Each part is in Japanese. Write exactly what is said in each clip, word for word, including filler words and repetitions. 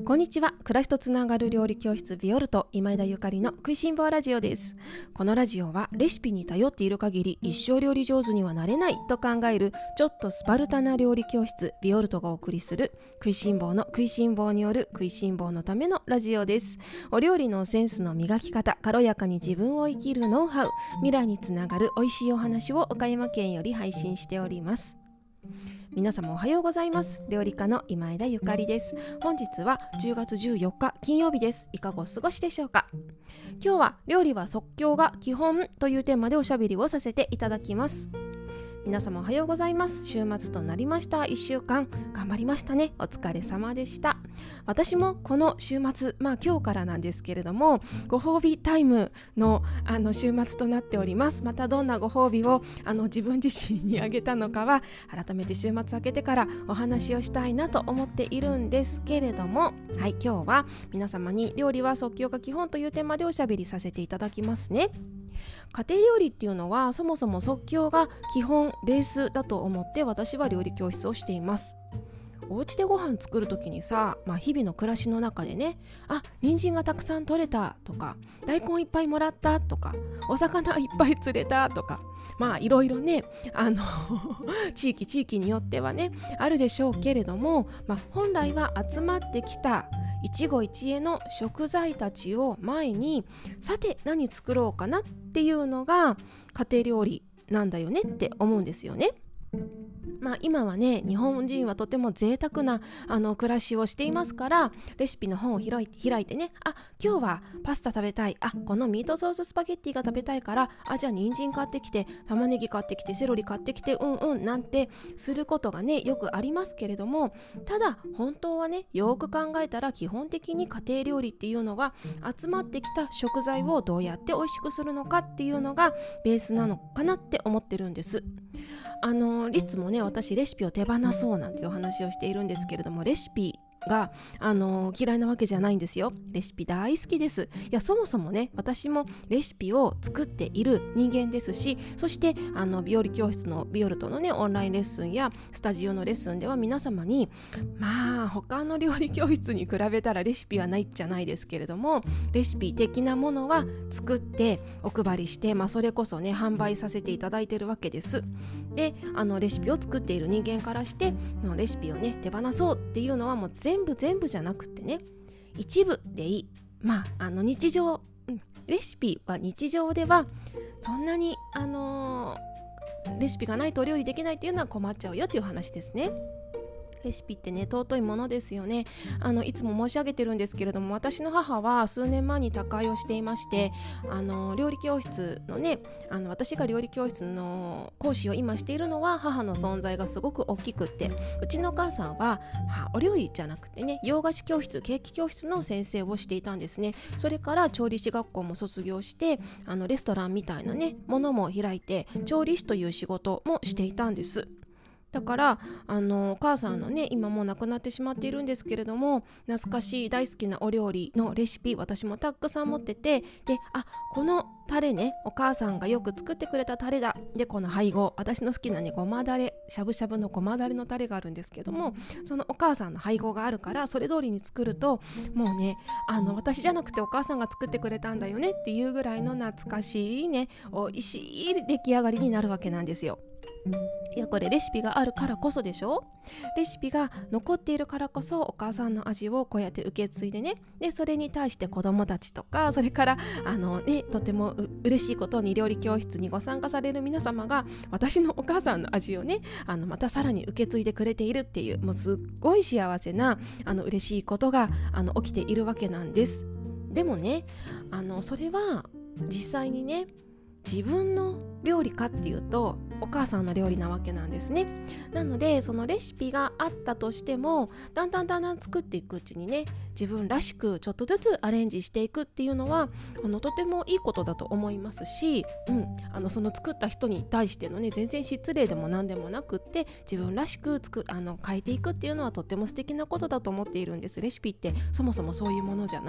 こんにちは。暮らしとつながる料理教室ビオルト今枝ゆかりの食いしん坊ラジオです。このラジオはレシピに頼っている限り一生料理上手にはなれないと考えるちょっとスパルタな料理教室ビオルトがお送りする食いしん坊の食いしん坊による食いしん坊のためのラジオです。お料理のセンスの磨き方、軽やかに自分を生きるノウハウ、未来につながる美味しいお話を岡山県より配信しております。皆様おはようございます。料理家の今枝ゆかりです。本日はじゅうがつじゅうよっか金曜日です。いかがお過ごしでしょうか。今日は料理は即興が基本というテーマでおしゃべりをさせていただきます。皆様おはようございます。週末となりました。いっしゅうかん頑張りましたね。お疲れ様でした。私もこの週末、まあ今日からなんですけれども、ご褒美タイムのあの週末となっております。またどんなご褒美をあの自分自身にあげたのかは改めて週末明けてからお話をしたいなと思っているんですけれども、はい、今日は皆様に料理は即興が基本というテーマでおしゃべりさせていただきますね。家庭料理っていうのはそもそも即興が基本ベースだと思って私は料理教室をしています。お家でご飯作るときにさ、まあ、日々の暮らしの中でね、あ、人参がたくさん取れたとか、大根いっぱいもらったとか、お魚いっぱい釣れたとか、まあいろいろね、あの地域地域によってはねあるでしょうけれども、まあ、本来は集まってきた一期一会の食材たちを前に、さて何作ろうかなっていうのが家庭料理なんだよねって思うんですよね。まあ、今はね日本人はとても贅沢なあの暮らしをしていますから、レシピの本を開いて開いてね、あ、今日はパスタ食べたい、あ、このミートソーススパゲッティが食べたいから、あ、じゃあ人参買ってきて、玉ねぎ買ってきて、セロリ買ってきて、うんうんなんてすることがねよくありますけれども、ただ本当はねよく考えたら基本的に家庭料理っていうのは集まってきた食材をどうやって美味しくするのかっていうのがベースなのかなって思ってるんです。あのいつもね私レシピを手放そうなんていうお話をしているんですけれども、レシピがあの嫌いなわけじゃないんですよ。レシピ大好きです。いやそもそもね私もレシピを作っている人間ですし、そしてあの料理教室のビオルトのねオンラインレッスンやスタジオのレッスンでは皆様に、まあ他の料理教室に比べたらレシピはないじゃないですけれども、レシピ的なものは作ってお配りして、まあ、それこそね販売させていただいているわけです。であのレシピを作っている人間からしてのレシピをね手放そうっていうのはもう全部全部じゃなくってね、一部でいい。まああの日常、うん、レシピは日常ではそんなにあのー、レシピがないとお料理できないっていうのは困っちゃうよっていう話ですね。レシピってね尊いものですよね。あのいつも申し上げてるんですけれども、私の母は数年前に他界をしていまして、あの料理教室のねあの私が料理教室の講師を今しているのは母の存在がすごく大きくって、うちのお母さんは、まあ、お料理じゃなくてね洋菓子教室、ケーキ教室の先生をしていたんですね。それから調理師学校も卒業して、あのレストランみたいなねものも開いて調理師という仕事もしていたんです。だからあのお母さんのね今もう亡くなってしまっているんですけれども、懐かしい大好きなお料理のレシピ私もたくさん持ってて、で、あ、このタレねお母さんがよく作ってくれたタレだ、でこの配合、私の好きなねごまだれ、しゃぶしゃぶのごまだれのタレがあるんですけども、そのお母さんの配合があるからそれ通りに作ると、もうねあの私じゃなくてお母さんが作ってくれたんだよねっていうぐらいの懐かしいね美味しい出来上がりになるわけなんですよ。いやこれレシピがあるからこそでしょ。レシピが残っているからこそお母さんの味をこうやって受け継いでね、でそれに対して子供たちとか、それからあのねとてもう嬉しいことに料理教室にご参加される皆様が私のお母さんの味をねあのまたさらに受け継いでくれているっていう、もうすっごい幸せなあの嬉しいことがあの起きているわけなんです。でもねあのそれは実際にね自分の料理かっていうとお母さんの料理なわけなんですね。なのでそのレシピがあったとしても、だんだんだんだん作っていくうちにね自分らしくちょっとずつアレンジしていくっていうのはあのとてもいいことだと思いますし、うん、あのその作った人に対してのね全然失礼でも何でもなくって、自分らしくつくあの変えていくっていうのはとても素敵なことだと思っているんです。レシピってそもそもそういうものじゃない。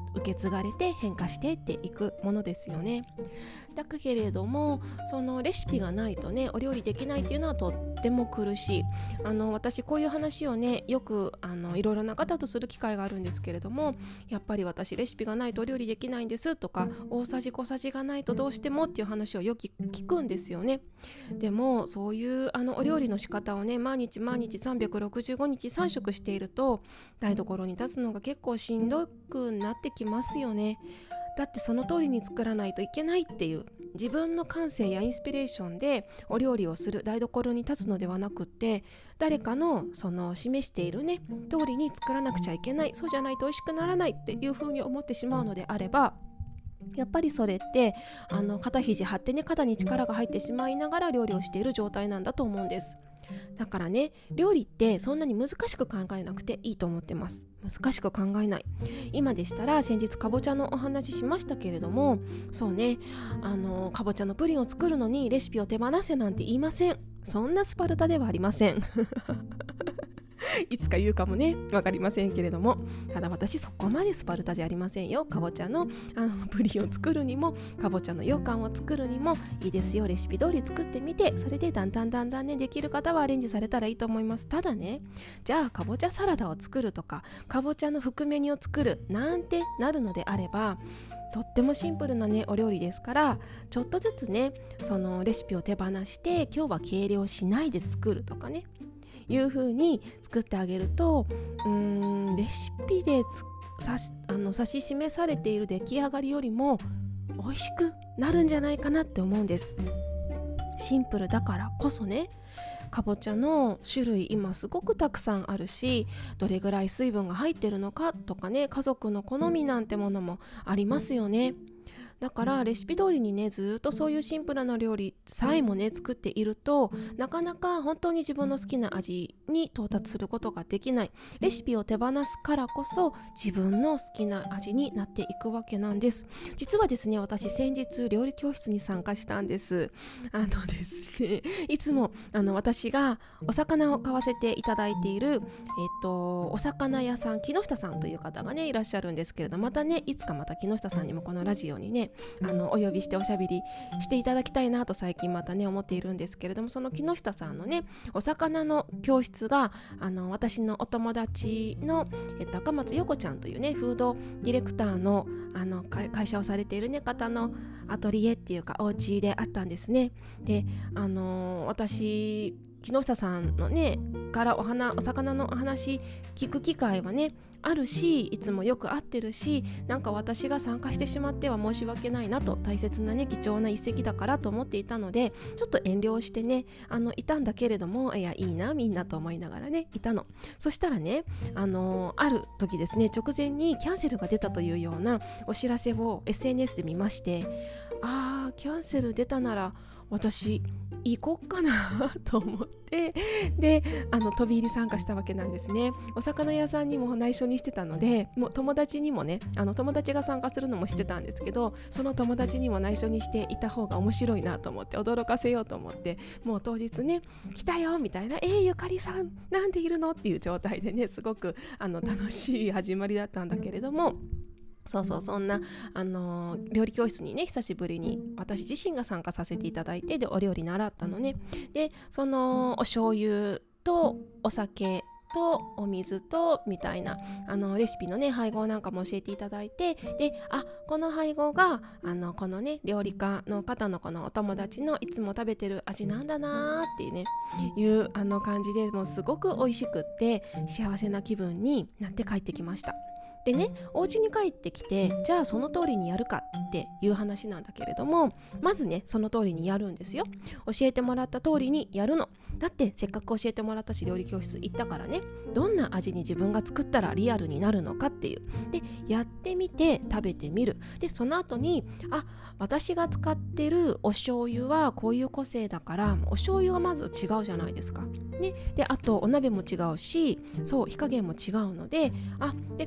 受け継がれて変化してっていくものですよね。だけれどもそのレシピがないとねお料理できないっていうのはとっても苦しい。あの私こういう話をねよくあのいろいろな方とする機会があるんですけれども、やっぱり私レシピがないとお料理できないんですとか、大さじ小さじがないとどうしてもっていう話をよく聞くんですよね。でもそういうあのお料理の仕方をね毎日毎日さんびゃくろくじゅうごにちさん食していると台所に立つのが結構しんどくなってきますよね。だってその通りに作らないといけないっていう自分の感性やインスピレーションでお料理をする台所に立つのではなくって、誰かのその示しているね通りに作らなくちゃいけない、そうじゃないと美味しくならないっていう風に思ってしまうのであれば、やっぱりそれってあの肩肘張ってね肩に力が入ってしまいながら料理をしている状態なんだと思うんです。だからね料理ってそんなに難しく考えなくていいと思ってます。難しく考えない。今でしたら先日かぼちゃのお話しましたけれども、そうねあのかぼちゃのプリンを作るのにレシピを手放せなんて言いません。そんなスパルタではありませんいつか言うかもねわかりませんけれども、ただ私そこまでスパルタじゃありませんよ。かぼちゃの、あのプリンを作るにもかぼちゃの羊羹を作るにもいいですよ。レシピ通り作ってみて、それでだんだんだんだんねできる方はアレンジされたらいいと思います。ただねじゃあかぼちゃサラダを作るとかかぼちゃの含め煮を作るなんてなるのであれば、とってもシンプルなねお料理ですから、ちょっとずつねそのレシピを手放して今日は計量しないで作るとかねいう風に作ってあげると、うーんレシピでつさしあの指し示されている出来上がりよりも美味しくなるんじゃないかなって思うんです。シンプルだからこそね、かぼちゃの種類今すごくたくさんあるし、どれぐらい水分が入ってるのかとかね、家族の好みなんてものもありますよね。だからレシピ通りにねずっとそういうシンプルな料理さえもね作っていると、なかなか本当に自分の好きな味に到達することができない。レシピを手放すからこそ自分の好きな味になっていくわけなんです。実はですね私先日料理教室に参加したんです。あのですねいつもあの私がお魚を買わせていただいている、えっと、お魚屋さん木下さんという方がねいらっしゃるんですけれど、またねいつかまた木下さんにもこのラジオにねあのお呼びしておしゃべりしていただきたいなと最近またね思っているんですけれども、その木下さんのねお魚の教室があの私のお友達の、えっと、赤松陽子ちゃんというねフードディレクターの、あの会社をされている、ね、方のアトリエっていうかお家であったんですね。であの私木下さんのねからお花お魚のお話聞く機会はねあるし、いつもよく会ってるし、なんか私が参加してしまっては申し訳ないなと、大切なね貴重な一席だからと思っていたので、ちょっと遠慮してねあのいたんだけれども、いやいいなみんなと思いながらねいたの。そしたらねあのある時ですね直前にキャンセルが出たというようなお知らせを エスエヌエス で見まして、あーキャンセル出たなら私行こっかなと思って、であの飛び入り参加したわけなんですね。お魚屋さんにも内緒にしてたので、もう友達にもねあの友達が参加するのもしてたんですけど、その友達にも内緒にしていた方が面白いなと思って驚かせようと思って、もう当日ね来たよみたいな、えー、ゆかりさんなんでいるのっていう状態でねすごくあの楽しい始まりだったんだけれども、そうそうそんな、あのー、料理教室にね久しぶりに私自身が参加させていただいて、でお料理習ったのね。でそのお醤油とお酒とお水とみたいなあのレシピのね配合なんかも教えていただいて、であこの配合があのこのね料理家の方のこのお友達のいつも食べてる味なんだなーっていうねいうあの感じで、もうすごく美味しくって幸せな気分になって帰ってきました。でねお家に帰ってきて、じゃあその通りにやるかっていう話なんだけれども、まずねその通りにやるんですよ。教えてもらった通りにやるの。だってせっかく教えてもらったし料理教室行ったからね、どんな味に自分が作ったらリアルになるのかっていう、でやってみて食べてみる。でその後にあ私が使ってるお醤油はこういう個性だから、お醤油がまず違うじゃないですか、ね、であとお鍋も違うし、そう火加減も違うので、あで、まあ、家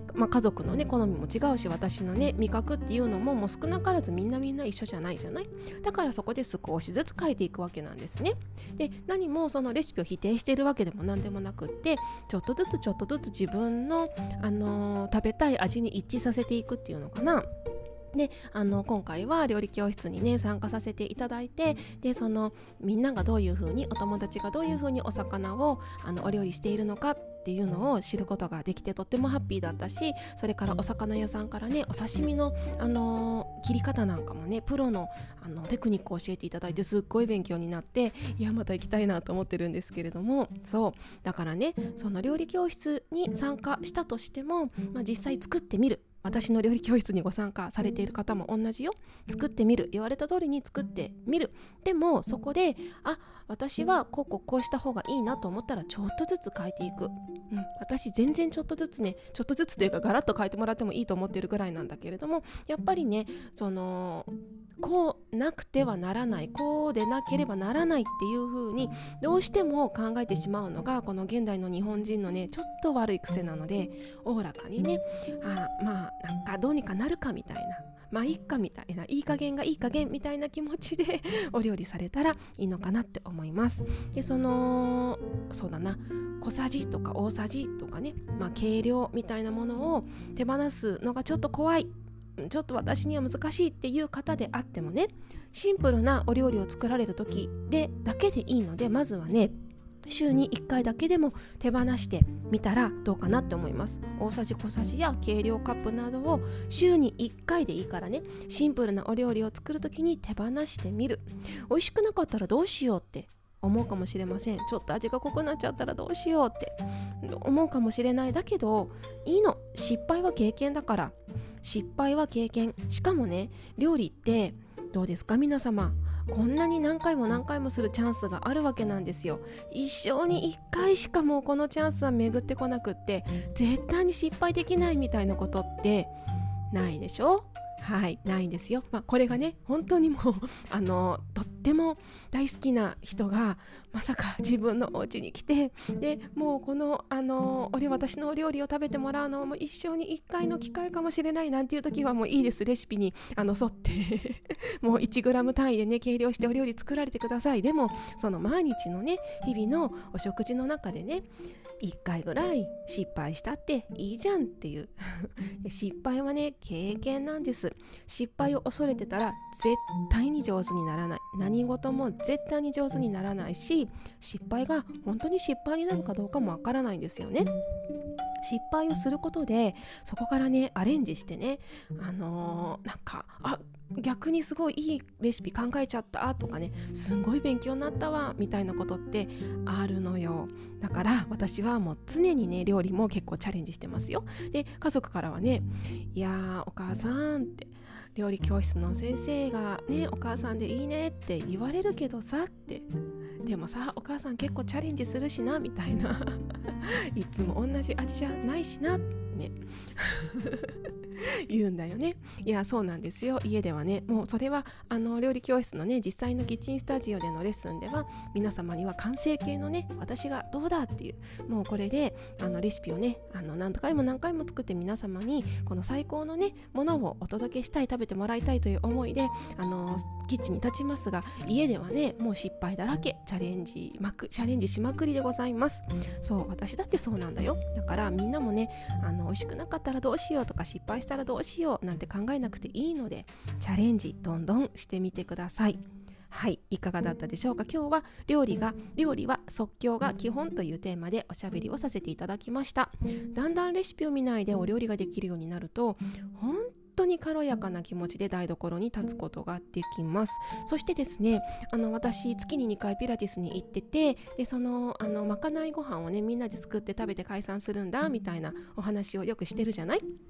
族のね好みも違うし、私のね味覚っていうのももう少なからずみんなみんな一緒じゃないじゃない。だからそこで少しずつ変えていくわけなんですね。で、何もそのレシピを否定しているわけでも何でもなくって、ちょっとずつちょっとずつ自分の、あのー食べたい味に一致させていくっていうのかな。で、あの今回は料理教室にね参加させていただいて、でそのみんながどういう風に、お友達がどういう風にお魚をあのお料理しているのかっていうのを知ることができて、とってもハッピーだったし、それからお魚屋さんからねお刺身の、あのー切り方なんかもねプロの、あのテクニックを教えていただいて、すっごい勉強になって、いやまた行きたいなと思ってるんですけれども、そうだからね、その料理教室に参加したとしても、まあ、実際作ってみる、私の料理教室にご参加されている方も同じよ。作ってみる、言われた通りに作ってみる。でもそこで、あ、私はこうこうこうした方がいいなと思ったらちょっとずつ変えていく、うん、私全然ちょっとずつね、ちょっとずつというかガラッと変えてもらってもいいと思ってるぐらいなんだけれども、やっぱりね、そのこうなくてはならない、こうでなければならないっていう風にどうしても考えてしまうのがこの現代の日本人のねちょっと悪い癖なので、おおらかにね、あ、まあなんかどうにかなるかみたいな、まあいいかみたいな、いい加減がいい加減みたいな気持ちでお料理されたらいいのかなって思います。で、そのそうだな、小さじとか大さじとかね、まあ計量みたいなものを手放すのがちょっと怖い、ちょっと私には難しいっていう方であってもね、シンプルなお料理を作られる時でだけでいいので、まずはね週にいっかいだけでも手放してみたらどうかなって思います。大さじ小さじや計量カップなどを週にいっかいでいいからね、シンプルなお料理を作るときに手放してみる。美味しくなかったらどうしようって思うかもしれません。ちょっと味が濃くなっちゃったらどうしようって思うかもしれない。だけどいいの、失敗は経験だから。失敗は経験。しかもね、料理ってどうですか皆様、こんなに何回も何回もするチャンスがあるわけなんですよ。一生にいっかいしかもうこのチャンスは巡ってこなくって、絶対に失敗できないみたいなことってないでしょ。はい、ないんですよ。まあこれがね、本当にもうあのとっても大好きな人がまさか自分のお家に来て、でもうこのあの俺私のお料理を食べてもらうのはもう一生にいっかいの機会かもしれないなんていう時はもういいです。レシピにあの沿ってもういちグラム単位でね計量してお料理作られてください。でもその毎日のね日々のお食事の中でね、いっかいぐらい失敗したっていいじゃんっていう失敗はね経験なんです。失敗を恐れてたら絶対に上手にならない。何事も絶対に上手にならないし、失敗が本当に失敗になるかどうかもわからないんですよね。失敗をすることでそこからねアレンジしてね、あのー、なんかあ逆にすごいいいレシピ考えちゃったとかね、すんごい勉強になったわみたいなことってあるのよ。だから私はもう常にね料理も結構チャレンジしてますよ。で家族からはね、いやーお母さんって料理教室の先生がねお母さんでいいねって言われるけどさって、でもさお母さん結構チャレンジするしなみたいないつも同じ味じゃないしなね言うんだよね。いやそうなんですよ。家ではねもうそれはあの料理教室のね実際のキッチンスタジオでのレッスンでは皆様には完成形のね私がどうだっていうもうこれであのレシピをねあの何回も何回も作って皆様にこの最高のねものをお届けしたい、食べてもらいたいという思いであのキッチンに立ちますが、家ではねもう失敗だらけ、チャレンジまくチャレンジしまくりでございます。そう私だってそうなんだよ。だからみんなもねあの美味しくなかったらどうしようとか失敗したらどうしようなんて考えなくていいので、チャレンジどんどんしてみてください。はい、いかがだったでしょうか。今日は料理が料理は即興が基本というテーマでおしゃべりをさせていただきました。だんだんレシピを見ないでお料理ができるようになると本当に軽やかな気持ちで台所に立つことができます。そしてですね、あの私月ににかいピラティスに行ってて、でそのあのまかないご飯をねみんなで作って食べて解散するんだみたいなお話をよくしてるじゃない。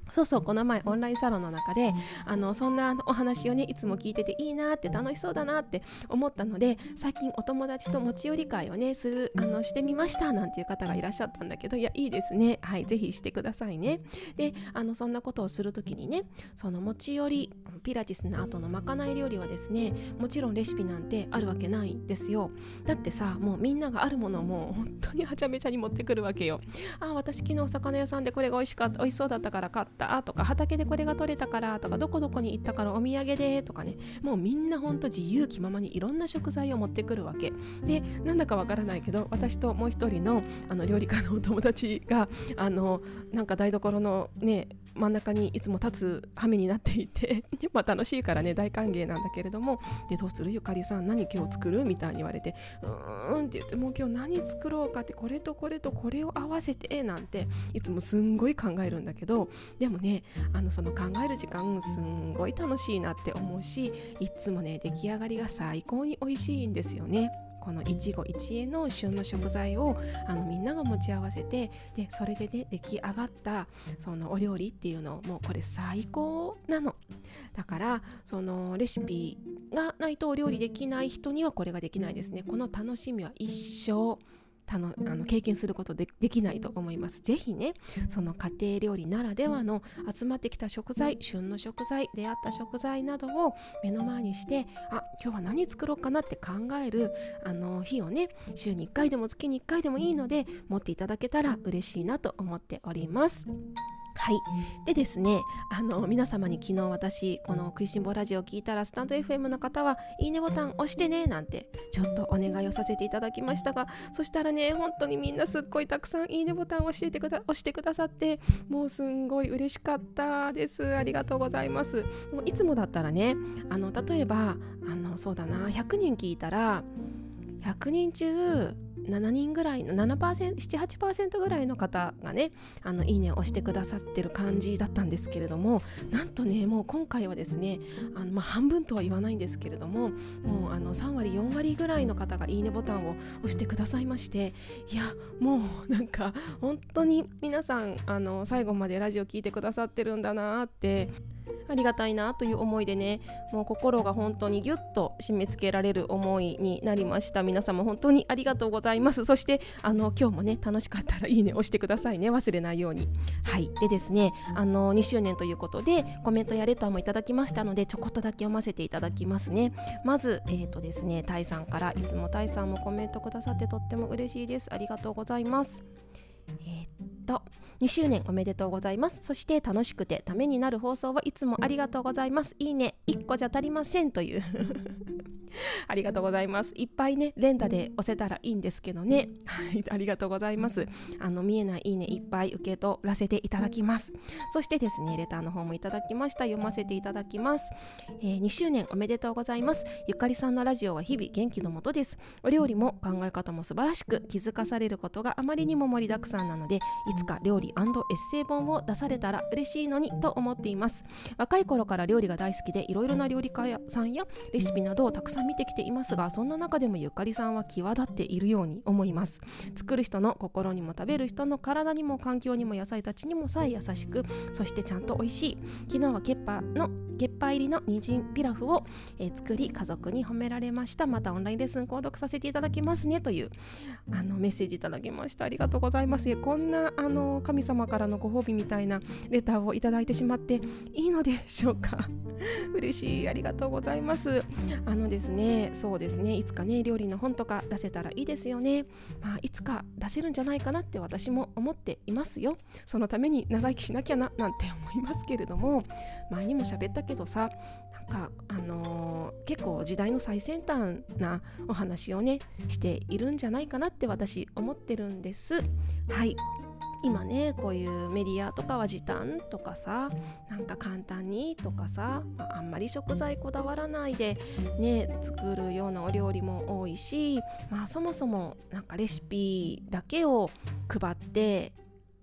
そうそう、この前オンラインサロンの中であのそんなお話をねいつも聞いてていいなって、楽しそうだなって思ったので、最近お友達と持ち寄り会をねするあのしてみましたなんていう方がいらっしゃったんだけど、いやいいですね、はい、ぜひしてくださいね。で、あのそんなことをするときにね、その持ち寄りピラティスの後のまかない料理はですね、もちろんレシピなんてあるわけないんですよ。だってさ、もうみんながあるものをもう本当にはちゃめちゃに持ってくるわけよ。あ、私昨日お魚屋さんでこれが美味しかった、美味しそうだったから買ったとか、畑でこれが取れたからとか、どこどこに行ったからお土産でとかね、もうみんなほんと自由気ままにいろんな食材を持ってくるわけで、なんだかわからないけど、私ともう一人のあの料理家のお友達があのなんか台所のね真ん中にいつも立つ羽目になっていてまあ楽しいからね大歓迎なんだけれども、で、どうするゆかりさん、何今日作るみたいに言われて、うーんって言って、もう今日何作ろうかって、これとこれとこれを合わせてなんていつもすんごい考えるんだけど、でもね、あのその考える時間すんごい楽しいなって思うし、いつもね出来上がりが最高に美味しいんですよね。この一期一会の旬の食材をあのみんなが持ち合わせて、でそれでね出来上がったそのお料理っていうのもうこれ最高なの。だからそのレシピがないとお料理できない人にはこれができないですね。この楽しみは一生たのあの経験することでできないと思います。ぜひね、その家庭料理ならではの集まってきた食材、旬の食材、出会った食材などを目の前にして、あ、今日は何作ろうかなって考えるあの日をね、週にいっかいでも月にいっかいでもいいので持っていただけたら嬉しいなと思っております。はい。でですね、あの皆様に昨日私この食いしん坊ラジオを聞いたらスタンド エフエム の方はいいねボタン押してねなんてちょっとお願いをさせていただきましたが、そしたらね本当にみんなすっごいたくさんいいねボタンを押してくだ押してくださって、もうすんごい嬉しかったです。ありがとうございます。もういつもだったらね、あの例えばあのそうだなひゃくにん聞いたらひゃくにん中しち、はちにんぐらいの ななパーセント、なな、はちパーセント ぐらいの方がねあのいいねを押してくださってる感じだったんですけれども、なんとねもう今回はですねあの、まあ、半分とは言わないんですけれども、もうあのさんわりよんわりぐらいの方がいいねボタンを押してくださいまして、いやもうなんか本当に皆さんあの最後までラジオ聞いてくださってるんだなってありがたいなという思いでね、もう心が本当にギュッと締め付けられる思いになりました。皆様本当にありがとうございます。そしてあの今日もね楽しかったらいいね押してくださいね、忘れないように。はい。でですね、あのにしゅうねんということでコメントやレターもいただきましたので、ちょこっとだけ読ませていただきますね。まずえーとですねタイさんから、いつもタイさんもコメントくださってとっても嬉しいです。ありがとうございます。えーっとにしゅうねんおめでとうございます。そして楽しくてためになる放送はいつもありがとうございます。いいねいっこじゃ足りませんというありがとうございます。いっぱいね連打で押せたらいいんですけどねはいありがとうございます。あの見えないいいねいっぱい受け取らせていただきます。そしてですねレターの方もいただきました。読ませていただきます。えー、にしゅうねんおめでとうございます。ゆかりさんのラジオは日々元気のもとです。お料理も考え方も素晴らしく、気づかされることがあまりにも盛りだくさんなので、いつか料理&エッセイ本を出されたら嬉しいのにと思っています。若い頃から料理が大好きで、いろいろな料理家さんやレシピなどをたくさん見てきていますが、そんな中でもゆかりさんは際立っているように思います。作る人の心にも食べる人の体にも環境にも野菜たちにもさえ優しく、そしてちゃんと美味しい。昨日はケッパのケッパ入りの人参ピラフを、えー、作り家族に褒められました。またオンラインレッスン購読させていただきますねというあのメッセージいただきました。ありがとうございます。こんなあの神様からのご褒美みたいなレターをいただいてしまっていいのでしょうか嬉しい、ありがとうございます。あのですねそうですねいつかね料理の本とか出せたらいいですよね。まあ、いつか出せるんじゃないかなって私も思っていますよ。そのために長生きしなきゃななんて思いますけれども、前にも喋ったけどさ、なんかあのー、結構時代の最先端なお話をねしているんじゃないかなって私思ってるんです。はい。今ねこういうメディアとかは時短とかさ、なんか簡単にとかさ、まあ、あんまり食材こだわらないでね作るようなお料理も多いし、まあそもそもなんかレシピだけを配って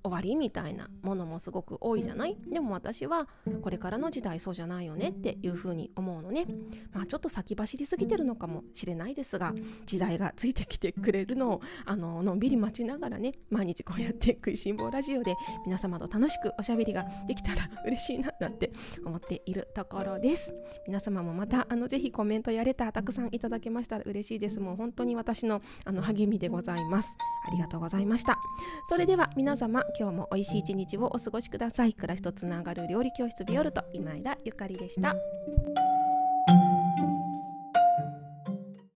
終わりみたいなものもすごく多いじゃない。でも私はこれからの時代そうじゃないよねっていうふうに思うのね。まあちょっと先走りすぎてるのかもしれないですが、時代がついてきてくれるのをあののんびり待ちながらね、毎日こうやって食いしん坊ラジオで皆様と楽しくおしゃべりができたら嬉しいななんて思っているところです。皆様もまたあのぜひコメントやレターたくさんいただけましたら嬉しいです。もう本当に私のあの励みでございます。ありがとうございました。それでは皆様、今日も美味しい一日をお過ごしください。暮らしとつながる料理教室ビオルト、今枝ゆかりでした。